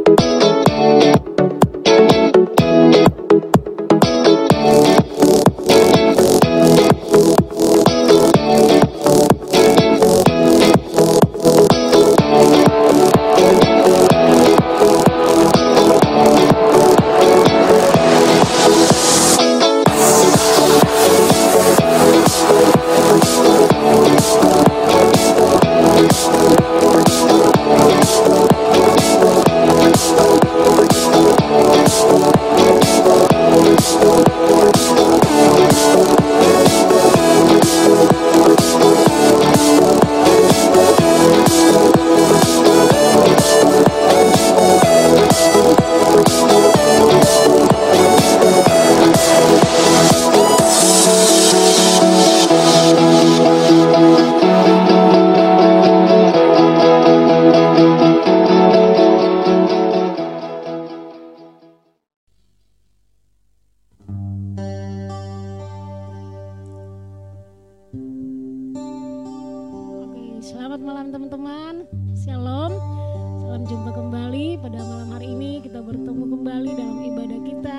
Selamat malam teman-teman, Shalom, salam jumpa kembali. Pada malam hari ini kita bertemu kembali dalam ibadah kita,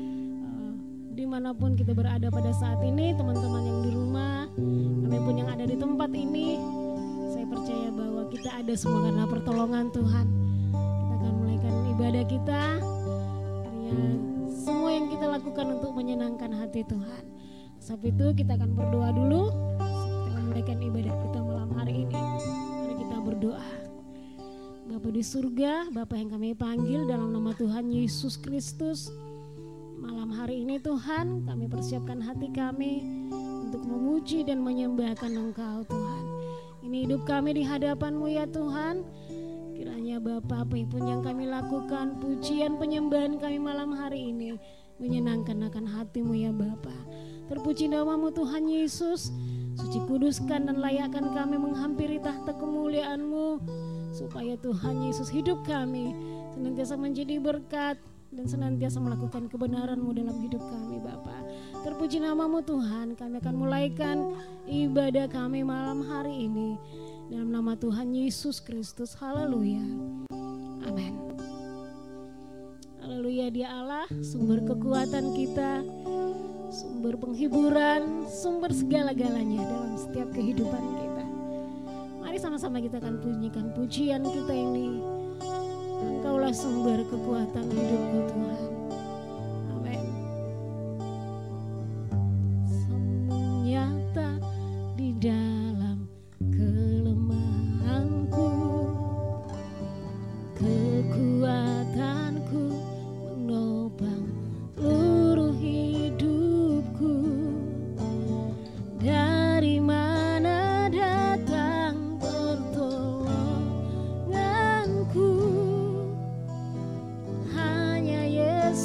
dimanapun kita berada pada saat ini. Teman-teman yang di rumah, kami pun yang ada di tempat ini, saya percaya bahwa kita ada semua karena pertolongan Tuhan. Kita akan mulaikan ibadah kita, karena semua yang kita lakukan untuk menyenangkan hati Tuhan. Sebab itu kita akan berdoa dulu. Kita akan mulaikan ibadah kita malam hari ini. Mari kita berdoa. Bapa di surga, Bapa yang kami panggil dalam nama Tuhan Yesus Kristus, malam hari ini Tuhan, kami persiapkan hati kami untuk memuji dan menyembahkan Engkau Tuhan. Ini hidup kami di hadapan-Mu ya Tuhan. Kiranya Bapa, apapun yang kami lakukan, pujian penyembahan kami malam hari ini menyenangkan akan hati-Mu ya Bapa. Terpuji nama-Mu Tuhan Yesus. Suci kuduskan dan layakkan kami menghampiri tahta kemuliaan-Mu, supaya Tuhan Yesus hidup kami senantiasa menjadi berkat dan senantiasa melakukan kebenaran-Mu dalam hidup kami Bapa. Terpuji nama-Mu Tuhan. Kami akan mulaikan ibadah kami malam hari ini dalam nama Tuhan Yesus Kristus. Haleluya. Amin. Haleluya. Dia Allah, sumber kekuatan kita, sumber penghiburan, sumber segala-galanya dalam setiap kehidupan kita. Mari sama-sama kita akan bunyikan pujian kita ini. Engkaulah sumber kekuatan hidupku Tuhan. Amin. Nyata di dalam kelemahanku, kekuatanku menopang seluruh hidupku. Dari mana datang pertolonganku? Hanya Yesus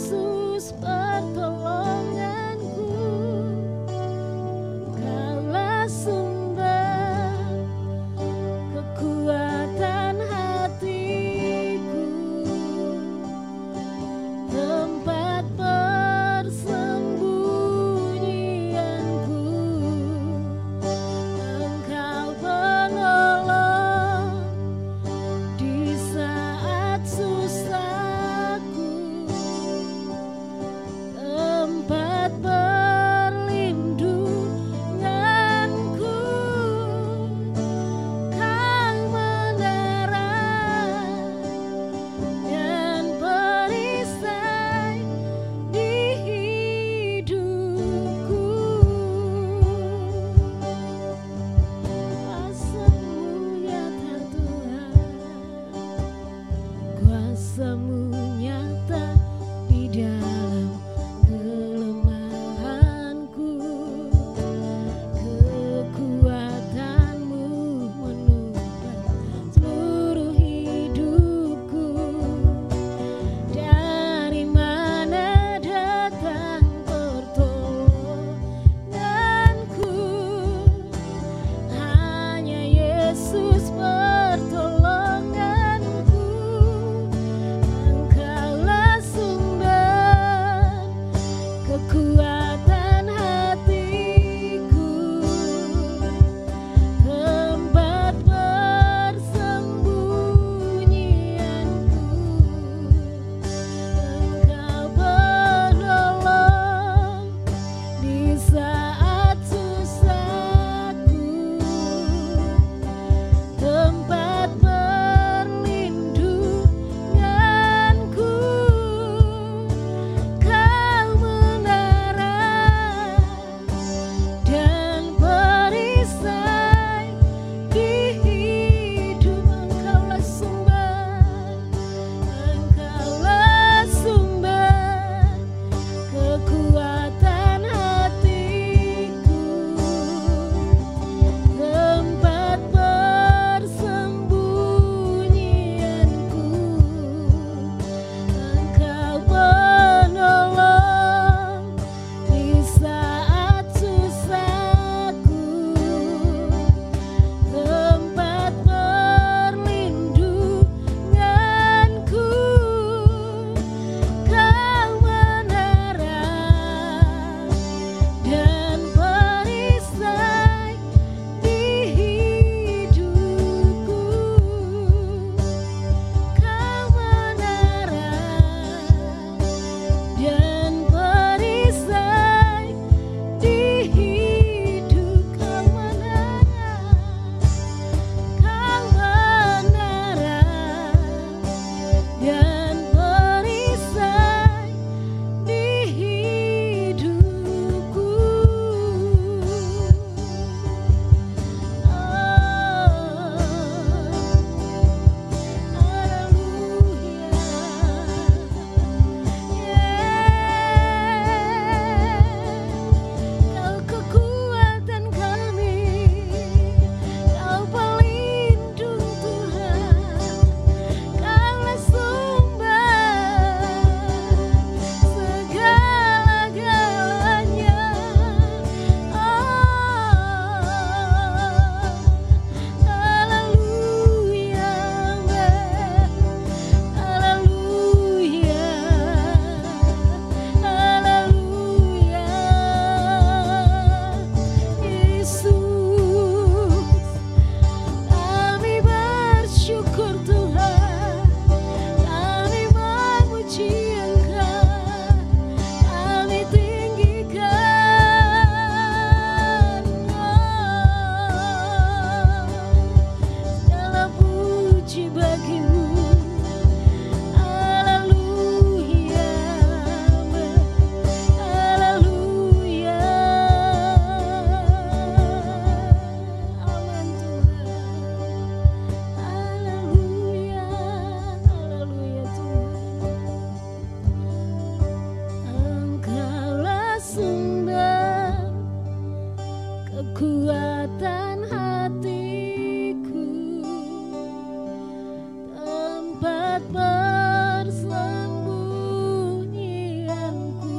persembunyianku,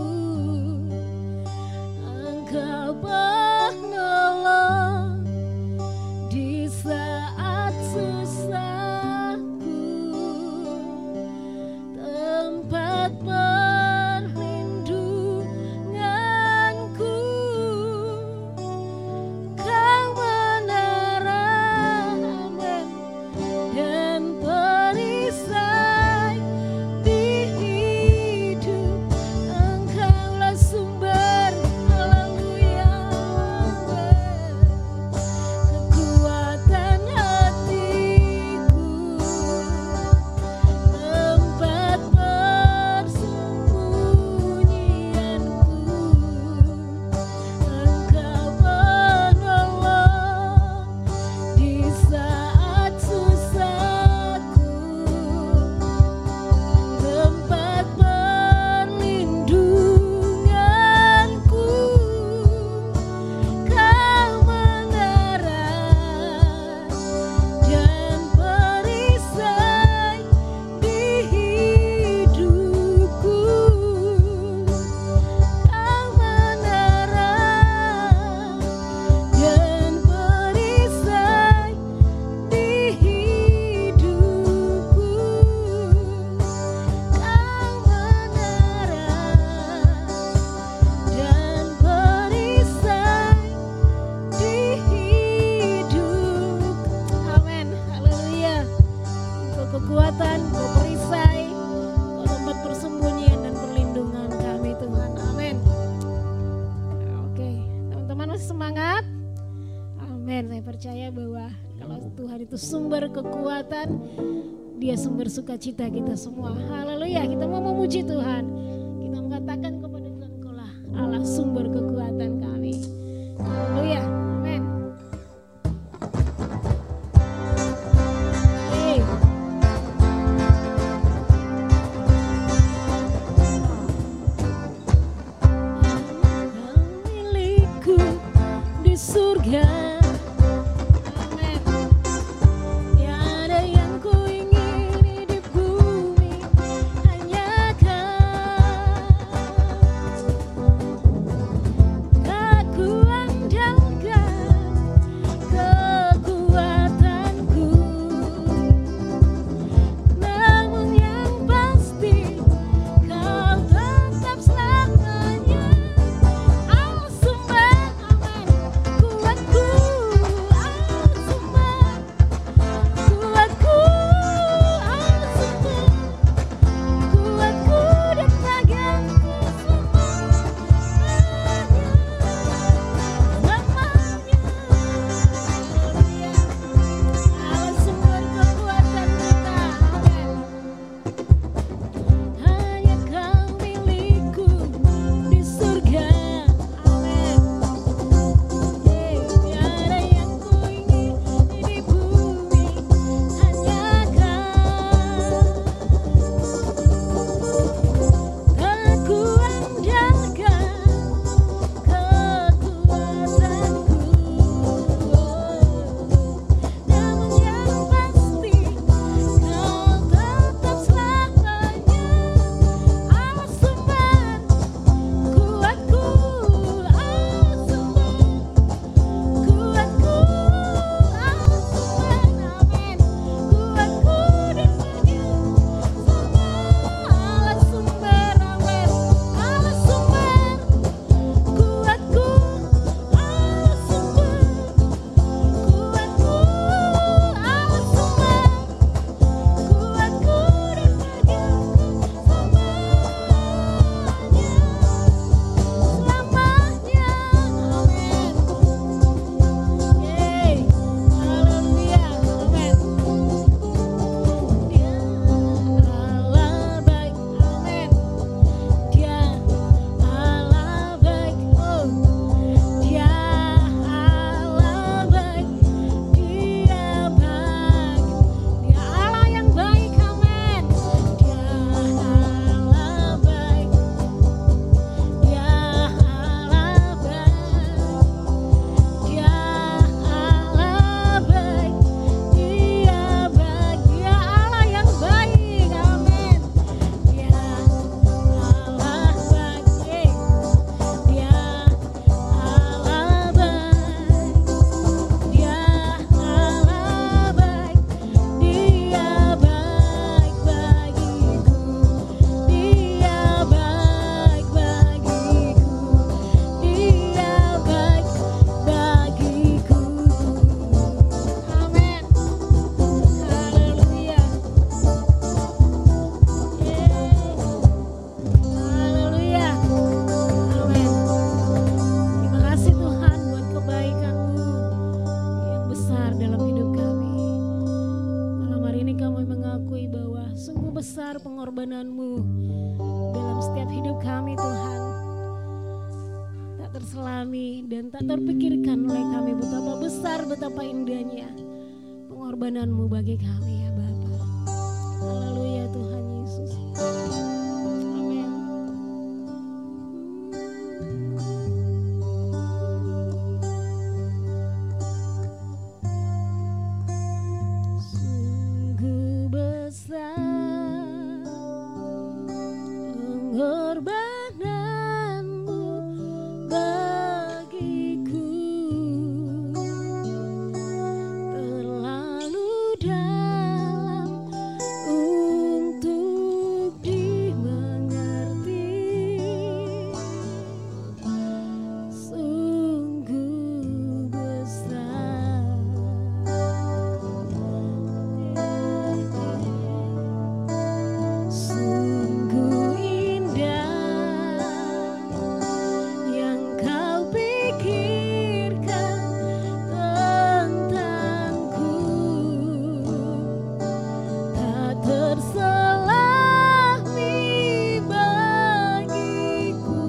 Engkau penolong di saat susahku, tempat perlindunganku, Kau menara, amin, dan perisai di hidup. Engkaulah sumber, haleluya, kekuatan hatiku, tempat persembunyianku, Engkau penolong di saat susahku, tempat perlindunganku, Kau menara dan perisai di hidupku, Kau menara dan perisai di hidupku, Kau menara dan perisai di hidup. Amin, haleluya. Engkau kekuatan, Engkau perisai, Engkau tempat persembunyian dan perlindungan kami, Tuhan. Amin. Oke, teman-teman masih semangat? Amin. Saya percaya bahwa kalau Tuhan itu sumber kekuatan, Dia sumber sukacita kita semua. Haleluya. Kita mau memuji Tuhan. Kita mengatakan kepada Tuhan, Engkaulah Allah sumber kekuatan kami. Haleluya. Amin. Hey. Engkau milikku di surga. Amin. Tiada yang ku ingini di bumi, hanya Kau. besar pengorbanan-Mu dalam setiap hidup kami Tuhan. Tak terselami dan tak terpikirkan oleh kami betapa besar, betapa indahnya pengorbanan-Mu bagi kami ya Bapa. Haleluya Tuhan Yesus. Amin. Sungguh besar pengorbanan-Mu bagiku, terlalu dalam untuk dimengerti. Sungguh besar, sungguh indah yang Kau pikirkan tentangku, tak terselami bagiku.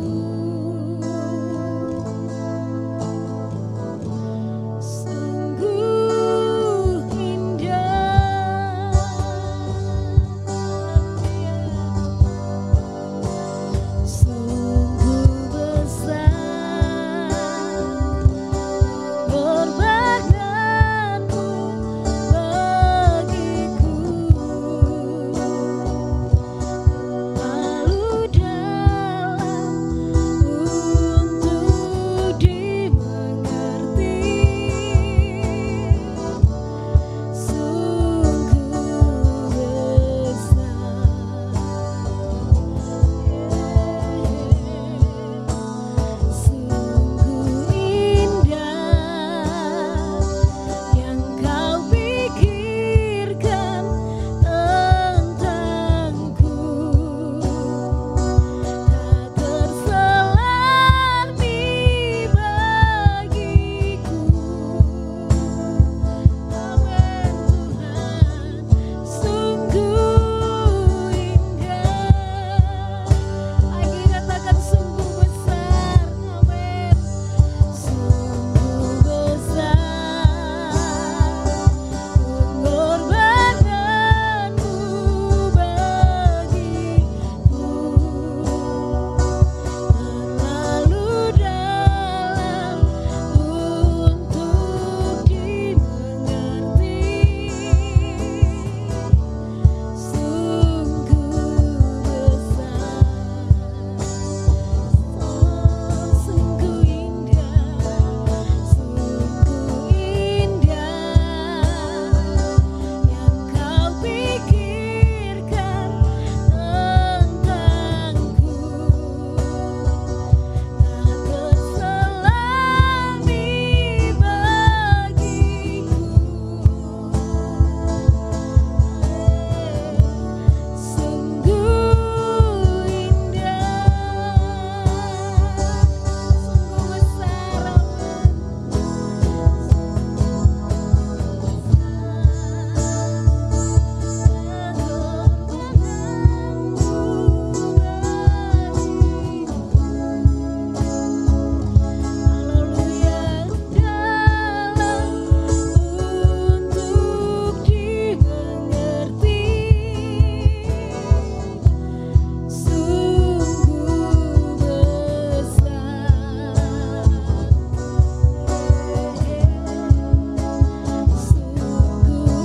Sungguh indah, sungguh besar pengorbanan-Mu bagiku, terlalu dalam untuk dimengerti. Sungguh besar, sungguh indah yang Kau pikirkan tentangku, tak terselami bagiku. Amin Tuhan, sungguh indah. Lagi katakan sungguh besar, amin. Sungguh besar pengorbanan-Mu bagiku, terlalu dalam untuk dimengerti. Sungguh besar, sungguh indah, sungguh indah yang Kau pikirkan tentangku, tak terselami bagiku. Sungguh indah, sungguh besar, haleluya, dalam untuk dimengerti. Sungguh besar, sungguh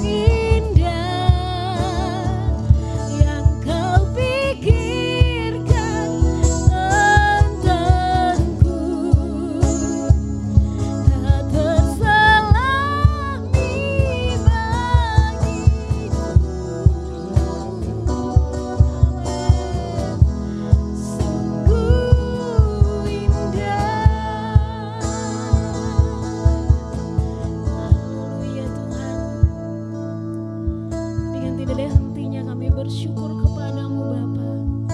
indah yang Kau pikirkan tentangku, tak terselami bagiku. Sungguh indah. Haleluya Tuhan. Dengan tidak ada hentinya kami bersyukur kepada-Mu Bapa.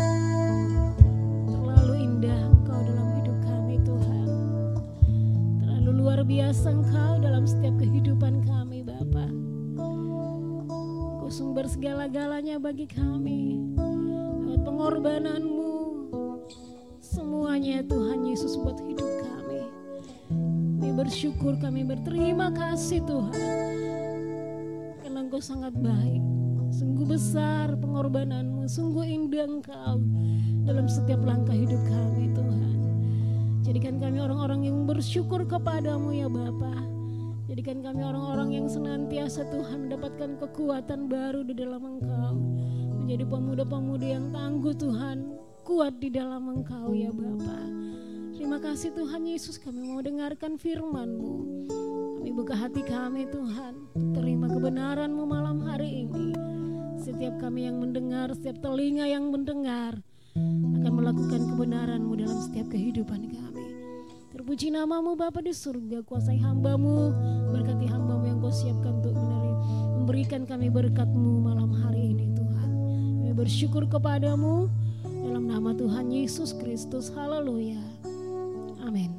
Terlalu indah Engkau dalam hidup kami Tuhan. Terlalu luar biasa Engkau dalam setiap kehidupan kami Bapa. Engkau sumber segala-galanya bagi kami. Lewat pengorbananmu, semuanya Tuhan Yesus buat hidup kami. Kami bersyukur, kami berterima kasih Tuhan. Karena Engkau sangat baik. Sungguh besar pengorbananmu, sungguh indah Engkau dalam setiap langkah hidup kami Tuhan. Jadikan kami orang-orang yang bersyukur kepadamu ya Bapa. Jadikan kami orang-orang yang senantiasa Tuhan mendapatkan kekuatan baru di dalam Engkau. Menjadi pemuda-pemuda yang tangguh Tuhan, kuat di dalam Engkau ya Bapa. Terima kasih Tuhan Yesus, kami mau dengarkan firman-Mu. Kami buka hati kami Tuhan, terima kebenaran-Mu malam hari ini. Setiap kami yang mendengar, setiap telinga yang mendengar akan melakukan kebenaran-Mu dalam setiap kehidupan kami. Terpuji nama-Mu Bapa di surga, kuasai hamba-Mu, berkati hamba-Mu yang Kau siapkan untuk memberikan kami berkat-Mu malam hari ini Tuhan. Kami bersyukur kepadamu dalam nama Tuhan Yesus Kristus. Haleluya. Amin.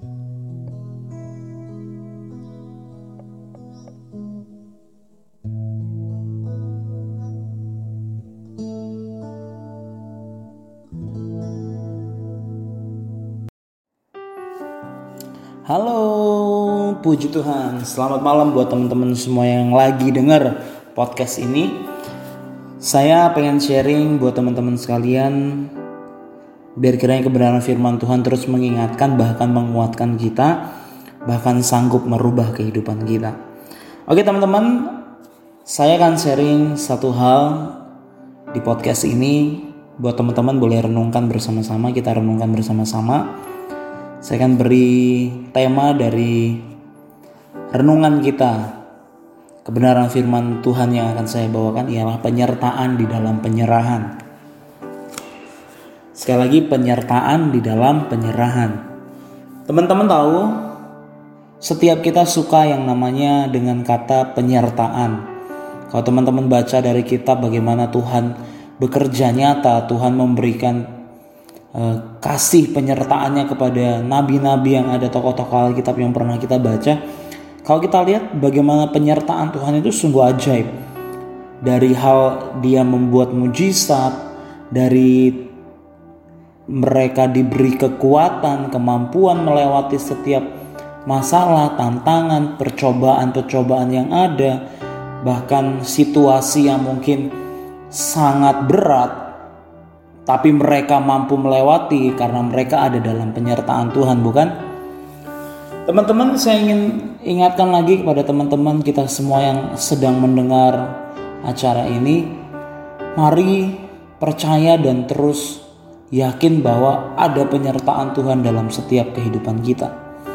Halo, puji Tuhan. Selamat malam buat teman-teman semua yang lagi dengar podcast ini. Saya pengen sharing buat teman-teman sekalian, biar kiranya kebenaran firman Tuhan terus mengingatkan, bahkan menguatkan kita, bahkan sanggup merubah kehidupan kita. Oke teman-teman, saya akan sharing satu hal di podcast ini. Buat teman-teman boleh renungkan bersama-sama, kita renungkan bersama-sama. Saya akan beri tema dari renungan kita. Kebenaran firman Tuhan yang akan saya bawakan ialah penyertaan di dalam penyerahan. Sekali lagi, penyertaan di dalam penyerahan. Teman-teman tahu, setiap kita suka yang namanya dengan kata penyertaan. Kalau teman-teman baca dari kitab bagaimana Tuhan bekerja nyata, Tuhan memberikan kasih penyertaannya kepada nabi-nabi yang ada, tokoh-tokoh Alkitab yang pernah kita baca. Kalau kita lihat bagaimana penyertaan Tuhan itu sungguh ajaib. Dari hal dia membuat mujizat, dari mereka diberi kekuatan, kemampuan melewati setiap masalah, tantangan, percobaan-percobaan yang ada, bahkan situasi yang mungkin sangat berat, tapi mereka mampu melewati karena mereka ada dalam penyertaan Tuhan, bukan? Teman-teman, saya ingin ingatkan lagi kepada teman-teman kita semua yang sedang mendengar acara ini. Mari percaya dan terus yakin bahwa ada penyertaan Tuhan dalam setiap kehidupan kita.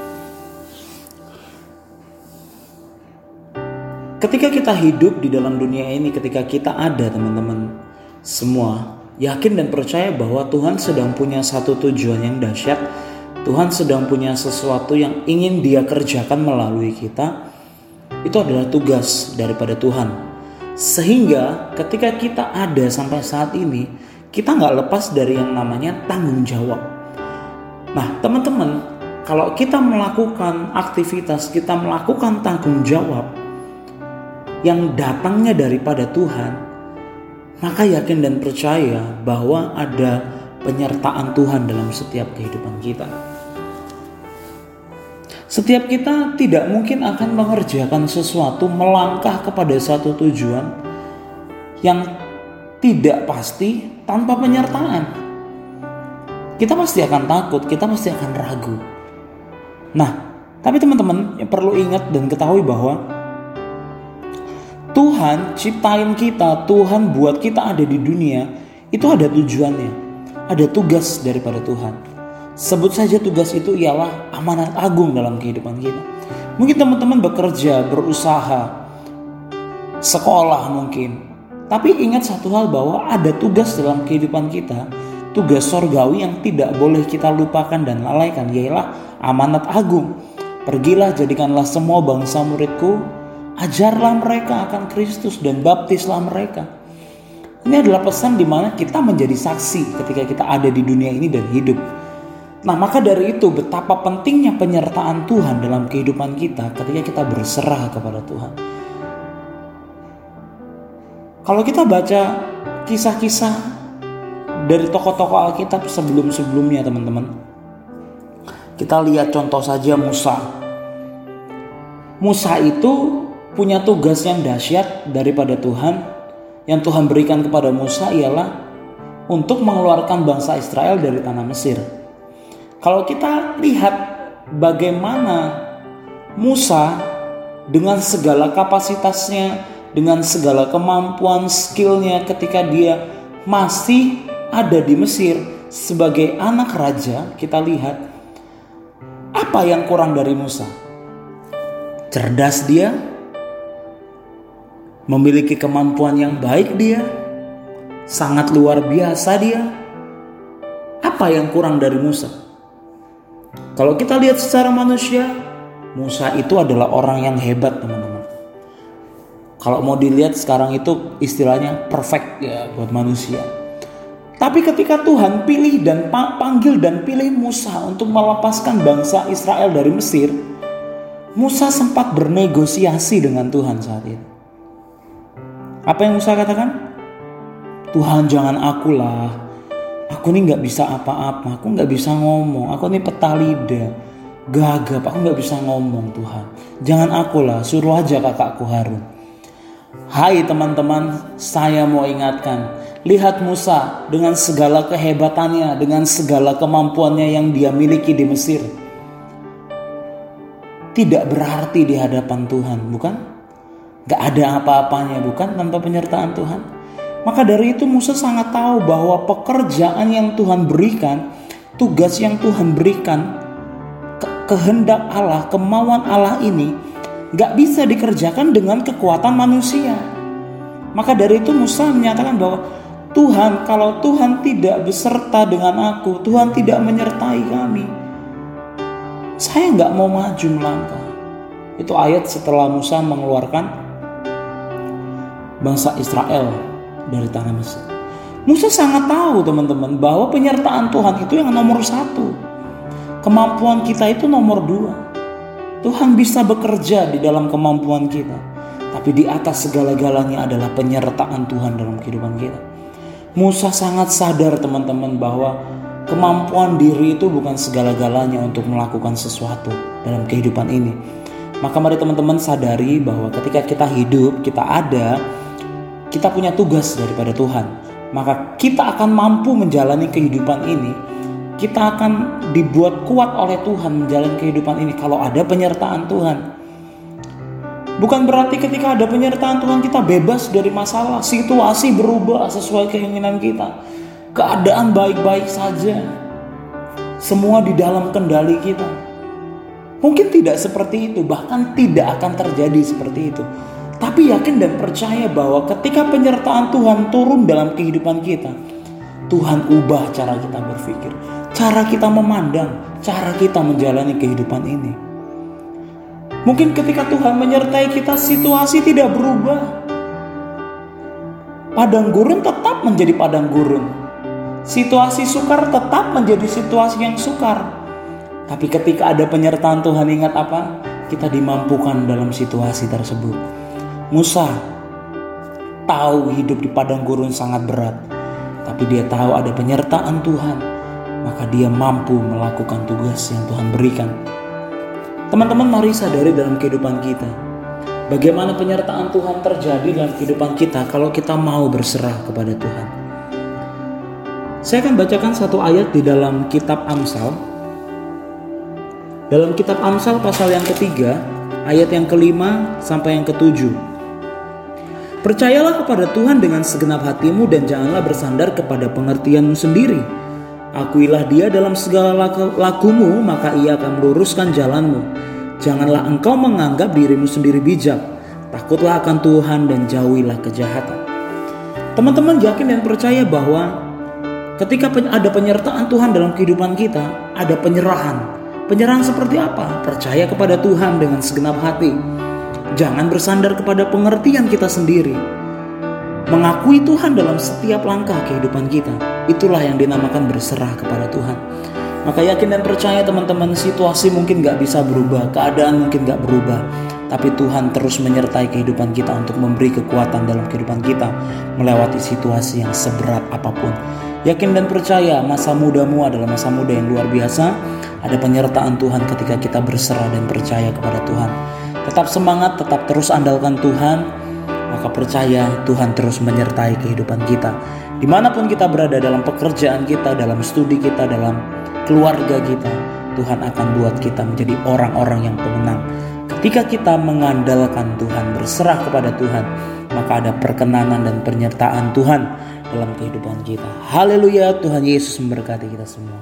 Ketika kita hidup di dalam dunia ini, ketika kita ada teman-teman semua, yakin dan percaya bahwa Tuhan sedang punya satu tujuan yang dahsyat. Tuhan sedang punya sesuatu yang ingin Dia kerjakan melalui kita. Itu adalah tugas daripada Tuhan. Sehingga ketika kita ada sampai saat ini, kita gak lepas dari yang namanya tanggung jawab. Nah teman-teman, kalau kita melakukan aktivitas, kita melakukan tanggung jawab yang datangnya daripada Tuhan, maka yakin dan percaya bahwa ada penyertaan Tuhan dalam setiap kehidupan kita. Setiap kita tidak mungkin akan mengerjakan sesuatu, melangkah kepada satu tujuan yang tidak pasti tanpa penyertaan. Kita pasti akan takut, kita pasti akan ragu. Nah, tapi teman-teman yang perlu ingat dan ketahui bahwa Tuhan ciptain kita, Tuhan buat kita ada di dunia, itu ada tujuannya, ada tugas daripada Tuhan. Sebut saja tugas itu ialah amanat agung dalam kehidupan kita. Mungkin teman-teman bekerja, berusaha, sekolah mungkin. Tapi ingat satu hal bahwa ada tugas dalam kehidupan kita, tugas sorgawi yang tidak boleh kita lupakan dan lalaikan, ialah amanat agung. Pergilah, jadikanlah semua bangsa muridku, ajarlah mereka akan Kristus dan baptislah mereka. Ini adalah pesan di mana kita menjadi saksi ketika kita ada di dunia ini dan hidup. Nah, maka dari itu betapa pentingnya penyertaan Tuhan dalam kehidupan kita ketika kita berserah kepada Tuhan. Kalau kita baca kisah-kisah dari tokoh-tokoh Alkitab sebelum-sebelumnya teman-teman, kita lihat contoh saja Musa. Musa itu punya tugas yang dahsyat daripada Tuhan. Yang Tuhan berikan kepada Musa ialah untuk mengeluarkan bangsa Israel dari tanah Mesir. Kalau kita lihat bagaimana Musa dengan segala kapasitasnya, dengan segala kemampuan, skillnya ketika dia masih ada di Mesir sebagai anak raja, kita lihat apa yang kurang dari Musa. Cerdas dia, memiliki kemampuan yang baik dia, sangat luar biasa dia. Apa yang kurang dari Musa? Kalau kita lihat secara manusia, Musa itu adalah orang yang hebat teman-teman. Kalau mau dilihat sekarang itu istilahnya perfect ya buat manusia. Tapi ketika Tuhan pilih dan panggil dan pilih Musa untuk melepaskan bangsa Israel dari Mesir, Musa sempat bernegosiasi dengan Tuhan saat itu. Apa yang Musa katakan? Tuhan, jangan akulah. Aku ini gak bisa apa-apa. Aku gak bisa ngomong. Aku ini peta lidah, gagap. Aku gak bisa ngomong Tuhan. Jangan akulah. Suruh aja kakakku Harun. Hai teman-teman, saya mau ingatkan. Lihat Musa dengan segala kehebatannya, dengan segala kemampuannya yang dia miliki di Mesir. Tidak berarti di hadapan Tuhan, bukan? Gak ada apa-apanya, bukan, tanpa penyertaan Tuhan. Maka dari itu Musa sangat tahu bahwa pekerjaan yang Tuhan berikan, tugas yang Tuhan berikan, kehendak Allah, kemauan Allah ini gak bisa dikerjakan dengan kekuatan manusia. Maka dari itu Musa menyatakan bahwa Tuhan, kalau Tuhan tidak beserta dengan aku, Tuhan tidak menyertai kami, saya gak mau maju melangkah. Itu ayat setelah Musa mengeluarkan bangsa Israel dari tanah Mesir. Musa sangat tahu teman-teman bahwa penyertaan Tuhan itu yang nomor 1. Kemampuan kita itu nomor 2. Tuhan bisa bekerja di dalam kemampuan kita, tapi di atas segala-galanya adalah penyertaan Tuhan dalam kehidupan kita. Musa sangat sadar teman-teman bahwa kemampuan diri itu bukan segala-galanya untuk melakukan sesuatu dalam kehidupan ini. Maka mari teman-teman sadari bahwa ketika kita hidup, kita ada, kita punya tugas daripada Tuhan. Maka kita akan mampu menjalani kehidupan ini. Kita akan dibuat kuat oleh Tuhan menjalani kehidupan ini kalau ada penyertaan Tuhan. Bukan berarti ketika ada penyertaan Tuhan kita bebas dari masalah. Situasi berubah sesuai keinginan kita. Keadaan baik-baik saja. Semua di dalam kendali kita. Mungkin tidak seperti itu, bahkan tidak akan terjadi seperti itu. Tapi yakin dan percaya bahwa ketika penyertaan Tuhan turun dalam kehidupan kita, Tuhan ubah cara kita berpikir, cara kita memandang, cara kita menjalani kehidupan ini. Mungkin ketika Tuhan menyertai kita, situasi tidak berubah. Padang gurun tetap menjadi padang gurun. Situasi sukar tetap menjadi situasi yang sukar. Tapi ketika ada penyertaan Tuhan, ingat apa? Kita dimampukan dalam situasi tersebut. Musa tahu hidup di padang gurun sangat berat, tapi dia tahu ada penyertaan Tuhan, maka dia mampu melakukan tugas yang Tuhan berikan. Teman-teman, mari sadari dalam kehidupan kita, bagaimana penyertaan Tuhan terjadi dalam kehidupan kita kalau kita mau berserah kepada Tuhan. Saya akan bacakan satu ayat di dalam kitab Amsal. Dalam kitab Amsal pasal yang ketiga, ayat yang ke-5 sampai yang ke-7. Percayalah kepada Tuhan dengan segenap hatimu dan janganlah bersandar kepada pengertianmu sendiri. Akuilah Dia dalam segala lakumu, maka Ia akan meluruskan jalanmu. Janganlah engkau menganggap dirimu sendiri bijak. Takutlah akan Tuhan dan jauhilah kejahatan. Teman-teman yakin dan percaya bahwa ketika ada penyertaan Tuhan dalam kehidupan kita, ada penyerahan. Penyerahan seperti apa? Percaya kepada Tuhan dengan segenap hati. Jangan bersandar kepada pengertian kita sendiri. Mengakui Tuhan dalam setiap langkah kehidupan kita. Itulah yang dinamakan berserah kepada Tuhan. Maka yakin dan percaya teman-teman, situasi mungkin gak bisa berubah, keadaan mungkin gak berubah. tapi Tuhan terus menyertai kehidupan kita untuk memberi kekuatan dalam kehidupan kita melewati situasi yang seberat apapun. Yakin dan percaya masa mudamu adalah masa muda yang luar biasa. Ada penyertaan Tuhan ketika kita berserah dan percaya kepada Tuhan. Tetap semangat, tetap terus andalkan Tuhan. Maka percaya Tuhan terus menyertai kehidupan kita. Dimanapun kita berada, dalam pekerjaan kita, dalam studi kita, dalam keluarga kita, Tuhan akan buat kita menjadi orang-orang yang pemenang. Ketika kita mengandalkan Tuhan, berserah kepada Tuhan, maka ada perkenanan dan penyertaan Tuhan dalam kehidupan kita. Haleluya, Tuhan Yesus memberkati kita semua.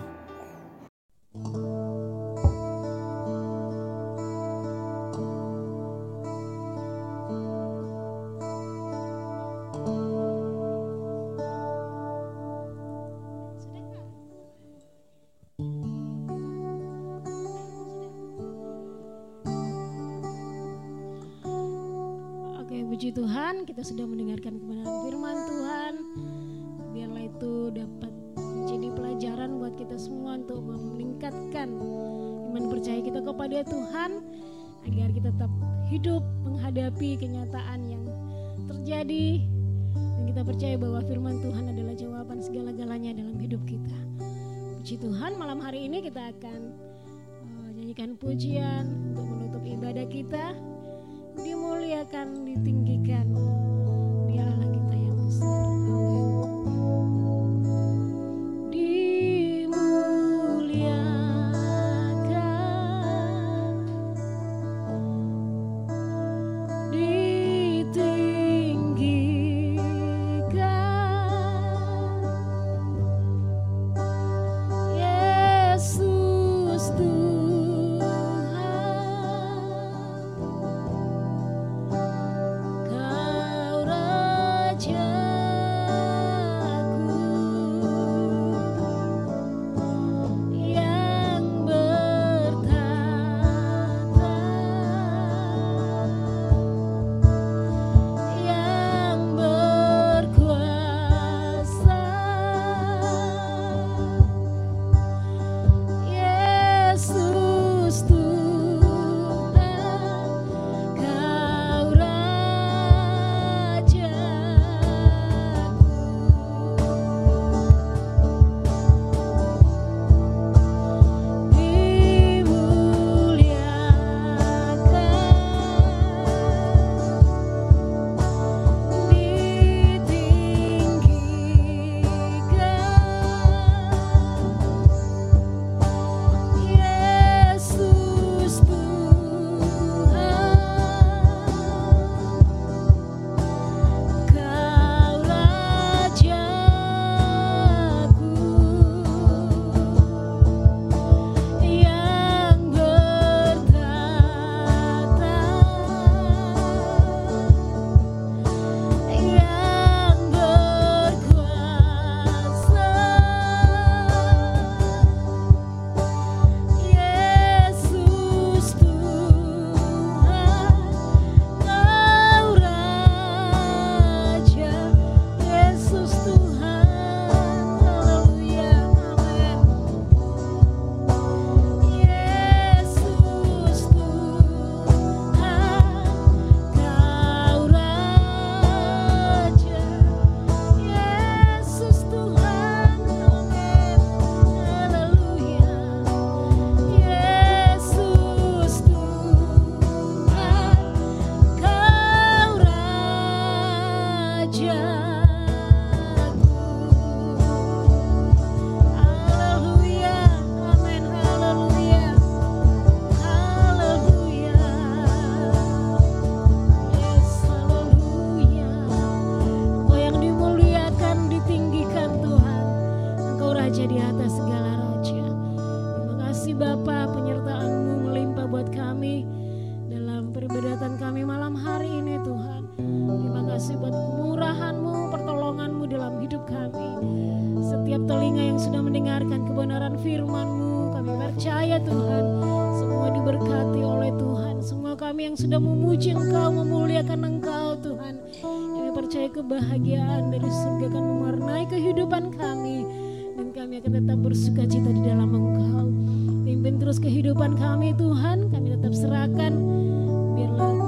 Puji Tuhan, kita sudah mendengarkan kebenaran firman Tuhan. Biarlah itu dapat menjadi pelajaran buat kita semua untuk meningkatkan iman percaya kita kepada Tuhan, agar kita tetap hidup menghadapi kenyataan yang terjadi, dan kita percaya bahwa firman Tuhan adalah jawaban segala-galanya dalam hidup kita. Puji Tuhan, malam hari ini kita akan nyanyikan pujian untuk menutup ibadah kita. Dimuliakan, ditinggikan, Dia Allah kita yang besar. Amin. Dimuliakan, ditinggikan, Yesus Tuhan. peribadatan kami malam hari ini Tuhan. Terima kasih buat kemurahan-Mu, pertolongan-Mu dalam hidup kami. Setiap telinga yang sudah mendengarkan kebenaran firman-Mu, kami percaya Tuhan, semua diberkati oleh Tuhan. Semua kami yang sudah memuji Engkau, memuliakan Engkau Tuhan. Kami percaya kebahagiaan dari surga akan mewarnai kehidupan kami. Dan kami akan tetap bersuka cita di dalam Engkau. Pimpin terus kehidupan kami Tuhan, kami tetap serahkan. Biarlah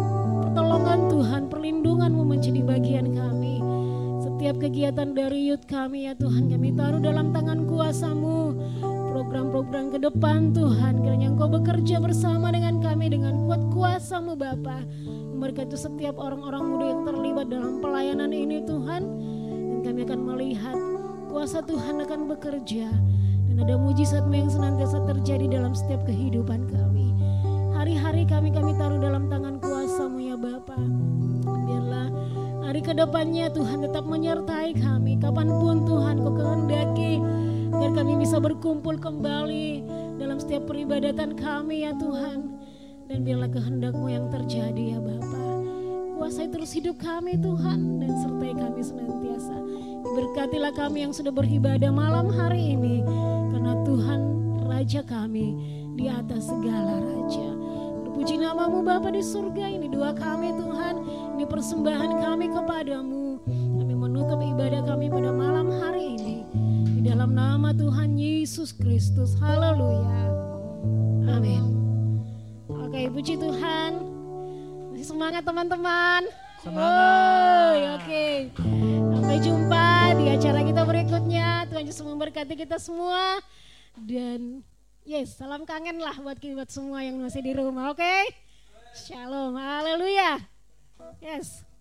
keberkatan Tuhan, perlindungan-Mu menjadi bagian kami. Setiap kegiatan dari youth kami ya Tuhan, kami taruh dalam tangan kuasa-Mu. Program-program ke depan Tuhan, kiranya Engkau bekerja bersama dengan kami dengan kuat kuasa-Mu Bapa. Memberkati setiap orang-orang muda yang terlibat dalam pelayanan ini Tuhan. Dan kami akan melihat kuasa Tuhan akan bekerja. Dan ada mujizat-Mu yang senantiasa terjadi dalam setiap kehidupan kami. Hari-hari kami taruh dalam tangan kuasa-Mu ya Bapa. Biarlah hari kedepannya Tuhan tetap menyertai kami. Kapanpun Tuhan Kau kehendaki, agar kami bisa berkumpul kembali dalam setiap peribadatan kami ya Tuhan. Dan biarlah kehendak-Mu yang terjadi ya Bapa. Kuasai terus hidup kami Tuhan, dan sertai kami senantiasa. Berkatilah kami yang sudah beribadah malam hari ini, karena Tuhan Raja kami di atas segala raja. Berpuji nama-Mu Bapa di surga, ini doa kami Tuhan, ini persembahan kami kepadamu. Kami menutup ibadah kami pada malam hari ini di dalam nama Tuhan Yesus Kristus. Haleluya. Amin. Oke, puji Tuhan. Masih semangat teman-teman. Semangat. Oke. Sampai jumpa di acara kita berikutnya. Tuhan Yesus memberkati kita semua. Dan yes, salam kangen lah buat semua yang masih di rumah. Oke. Shalom. Haleluya. Yes.